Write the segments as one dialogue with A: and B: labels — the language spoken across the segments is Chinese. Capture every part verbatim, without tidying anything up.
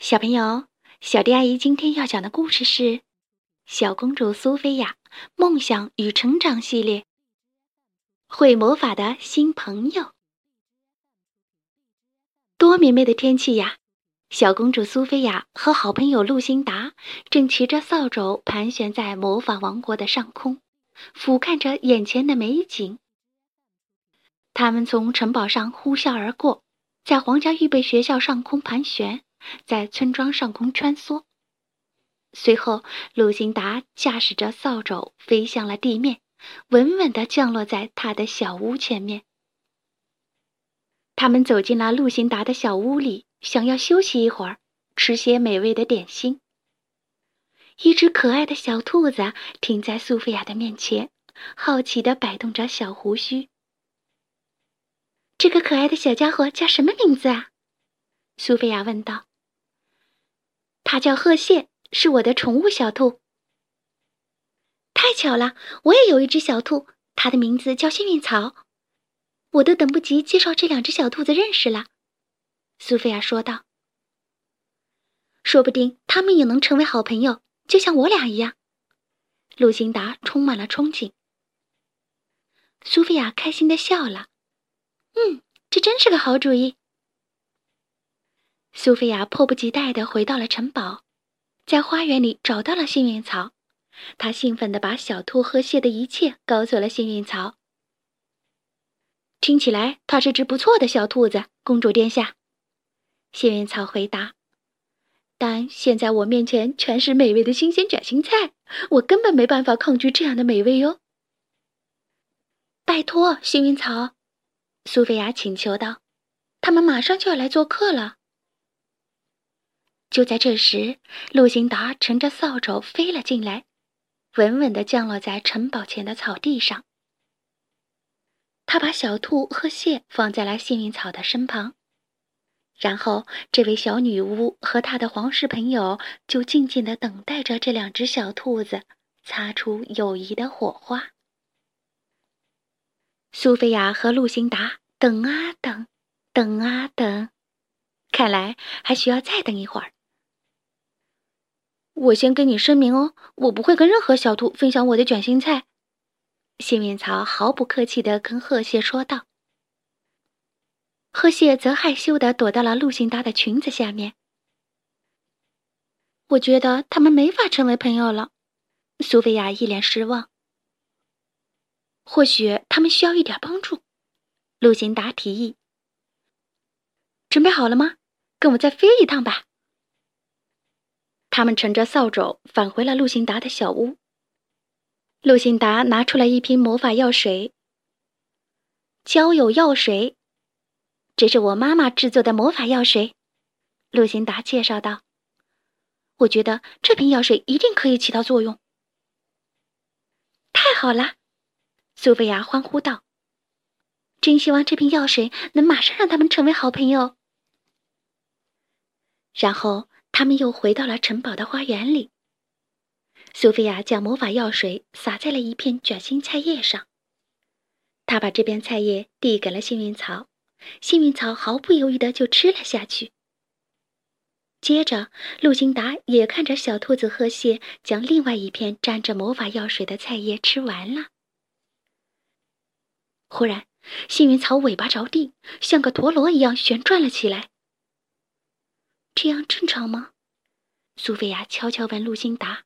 A: 小朋友，小迪阿姨今天要讲的故事是《小公主苏菲亚梦想与成长系列》，会魔法的新朋友。多绵绵的天气呀，小公主苏菲亚和好朋友露辛达正骑着扫帚盘旋在魔法王国的上空，俯瞰着眼前的美景。他们从城堡上呼啸而过，在皇家预备学校上空盘旋，在村庄上空穿梭。随后，露辛达驾驶着扫帚飞向了地面，稳稳地降落在他的小屋前面。他们走进了露辛达的小屋里，想要休息一会儿，吃些美味的点心。一只可爱的小兔子停在苏菲亚的面前，好奇地摆动着小胡须。这个可爱的小家伙叫什么名字啊？苏菲亚问道。他叫鹤蟹，是我的宠物小兔。太巧了，我也有一只小兔，它的名字叫幸运草。我都等不及介绍这两只小兔子认识了，苏菲亚说道。说不定他们也能成为好朋友，就像我俩一样。露辛达充满了憧憬。苏菲亚开心地笑了。嗯，这真是个好主意。苏菲亚迫不及待地回到了城堡，在花园里找到了幸运草。她兴奋地把小兔和蟹的一切告诉了幸运草。听起来它是只不错的小兔子，公主殿下。幸运草回答。但现在我面前全是美味的新鲜卷心菜，我根本没办法抗拒这样的美味哟。拜托，幸运草，苏菲亚请求道，他们马上就要来做客了。就在这时，露辛达乘着扫帚飞了进来，稳稳地降落在城堡前的草地上。他把小兔和蟹放在了幸运草的身旁，然后这位小女巫和她的皇室朋友就静静地等待着这两只小兔子擦出友谊的火花。苏菲亚和露辛达等啊等，等啊等，看来还需要再等一会儿。我先跟你声明哦，我不会跟任何小兔分享我的卷心菜。幸运草毫不客气地跟鹤蟹说道。鹤蟹则害羞地躲到了露辛达的裙子下面。我觉得他们没法成为朋友了，苏菲亚一脸失望。或许他们需要一点帮助，露辛达提议。准备好了吗？跟我再飞一趟吧。他们乘着扫帚返回了露辛达的小屋。露辛达拿出了一瓶魔法药水。交友药水，这是我妈妈制作的魔法药水，露辛达介绍道。我觉得这瓶药水一定可以起到作用。太好了，苏菲亚欢呼道。真希望这瓶药水能马上让他们成为好朋友。然后他们又回到了城堡的花园里。苏菲亚将魔法药水洒在了一片卷心菜叶上。她把这片菜叶递给了幸运草，幸运草毫不犹豫地就吃了下去。接着，露辛达也看着小兔子鹤蟹将另外一片沾着魔法药水的菜叶吃完了。忽然，幸运草尾巴着地，像个陀螺一样旋转了起来。这样正常吗？苏菲亚悄悄问露辛达。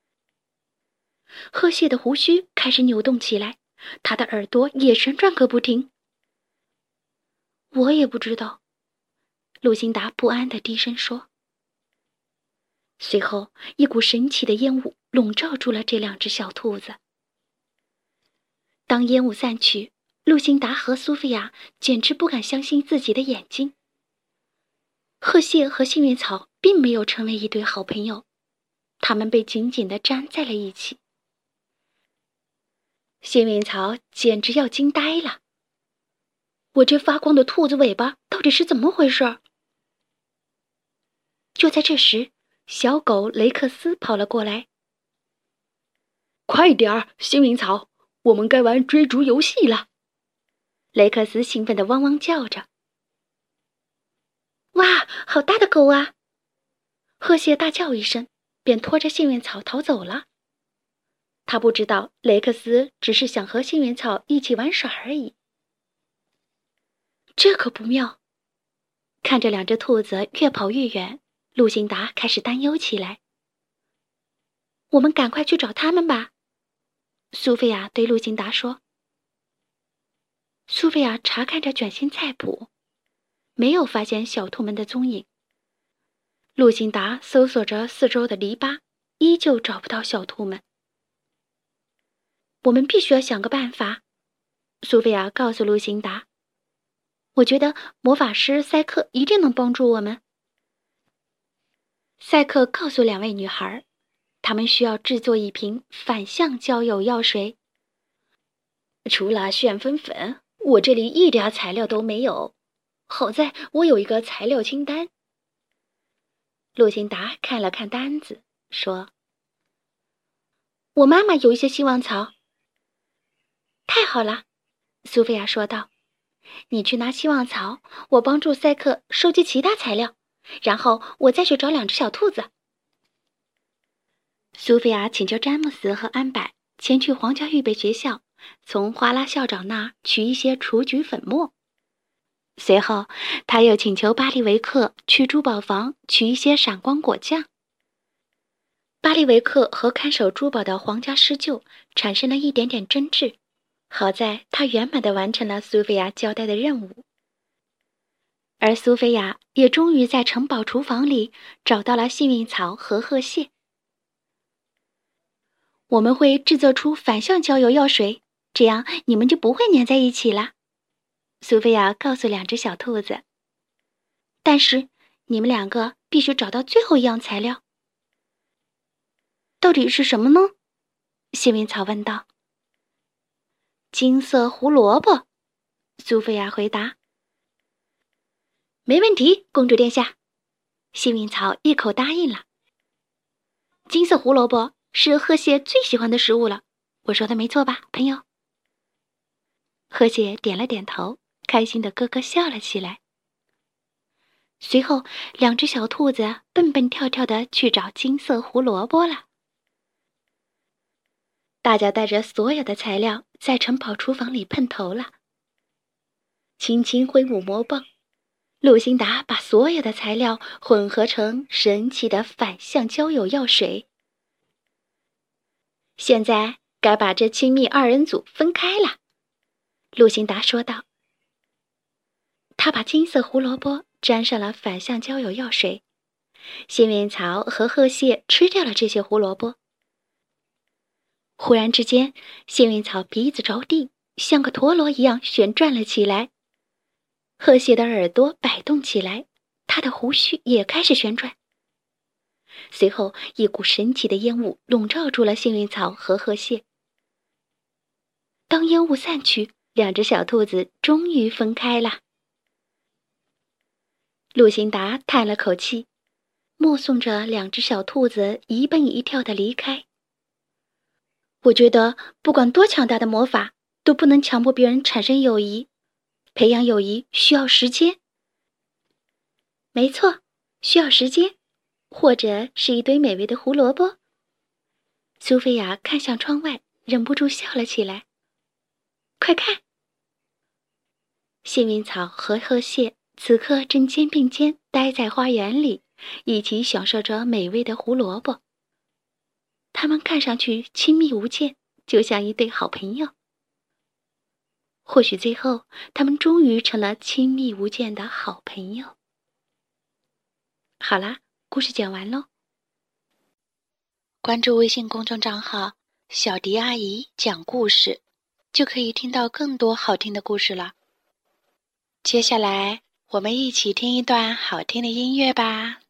A: 鹤蟹的胡须开始扭动起来，它的耳朵也旋转个不停。我也不知道，露辛达不安地低声说。随后，一股神奇的烟雾笼罩住了这两只小兔子。当烟雾散去，露辛达和苏菲亚简直不敢相信自己的眼睛。鹤蟹和幸运草并没有成为一对好朋友，他们被紧紧地粘在了一起。幸运草简直要惊呆了。我这发光的兔子尾巴到底是怎么回事？就在这时，小狗雷克斯跑了过来。快点儿，幸运草，我们该玩追逐游戏了！雷克斯兴奋地汪汪叫着。哇，好大的狗啊！ 贺谢大叫一声，便拖着幸运草逃走了。他不知道雷克斯只是想和幸运草一起玩耍而已。这可不妙！看着两只兔子越跑越远，陆辛达开始担忧起来。我们赶快去找他们吧，苏菲亚对陆辛达说。苏菲亚查看着卷心菜谱，没有发现小兔们的踪影。陆辛达搜索着四周的篱笆，依旧找不到小兔们。我们必须要想个办法，苏菲亚告诉陆辛达。我觉得魔法师塞克一定能帮助我们。塞克告诉两位女孩，她们需要制作一瓶反向交友药水。除了旋风粉，我这里一点材料都没有。好在我有一个材料清单。陆辛达看了看单子，说：“我妈妈有一些希望草。”太好了，苏菲亚说道。你去拿希望草，我帮助塞克收集其他材料，然后我再去找两只小兔子。苏菲亚请求詹姆斯和安柏前去皇家预备学校，从华拉校长那儿取一些雏菊粉末。随后，他又请求巴利维克去珠宝房取一些闪光果酱。巴利维克和看守珠宝的皇家狮鹫产生了一点点争执。好在他圆满地完成了苏菲亚交代的任务，而苏菲亚也终于在城堡厨房里找到了幸运草和褐蟹。我们会制作出反向交友药水，这样你们就不会粘在一起了，苏菲亚告诉两只小兔子。但是你们两个必须找到最后一样材料。到底是什么呢？幸运草问道。金色胡萝卜，苏菲亚回答。没问题，公主殿下。幸运草一口答应了。金色胡萝卜是贺谢最喜欢的食物了，我说的没错吧，朋友？贺谢点了点头，开心地咯咯笑了起来。随后，两只小兔子蹦蹦跳跳地去找金色胡萝卜了。大家带着所有的材料在城堡厨房里碰头了。轻轻挥舞魔棒，陆辛达把所有的材料混合成神奇的反向交友药水。现在该把这亲密二人组分开了，陆辛达说道。他把金色胡萝卜沾上了反向交友药水，幸运草和褐蟹吃掉了这些胡萝卜。忽然之间，幸运草鼻子着地，像个陀螺一样旋转了起来。褐蟹的耳朵摆动起来，它的胡须也开始旋转。随后，一股神奇的烟雾笼罩住了幸运草和褐蟹。当烟雾散去，两只小兔子终于分开了。陆辛达叹了口气，目送着两只小兔子一蹦一跳地离开。我觉得，不管多强大的魔法，都不能强迫别人产生友谊。培养友谊需要时间。没错，需要时间，或者是一堆美味的胡萝卜。苏菲亚看向窗外，忍不住笑了起来。快看！幸运草和褐蟹此刻正肩并肩待在花园里，一起享受着美味的胡萝卜。他们看上去亲密无间，就像一对好朋友。或许最后，他们终于成了亲密无间的好朋友。好啦，故事讲完喽。关注微信公众账号“小迪阿姨讲故事”，就可以听到更多好听的故事了。接下来，我们一起听一段好听的音乐吧。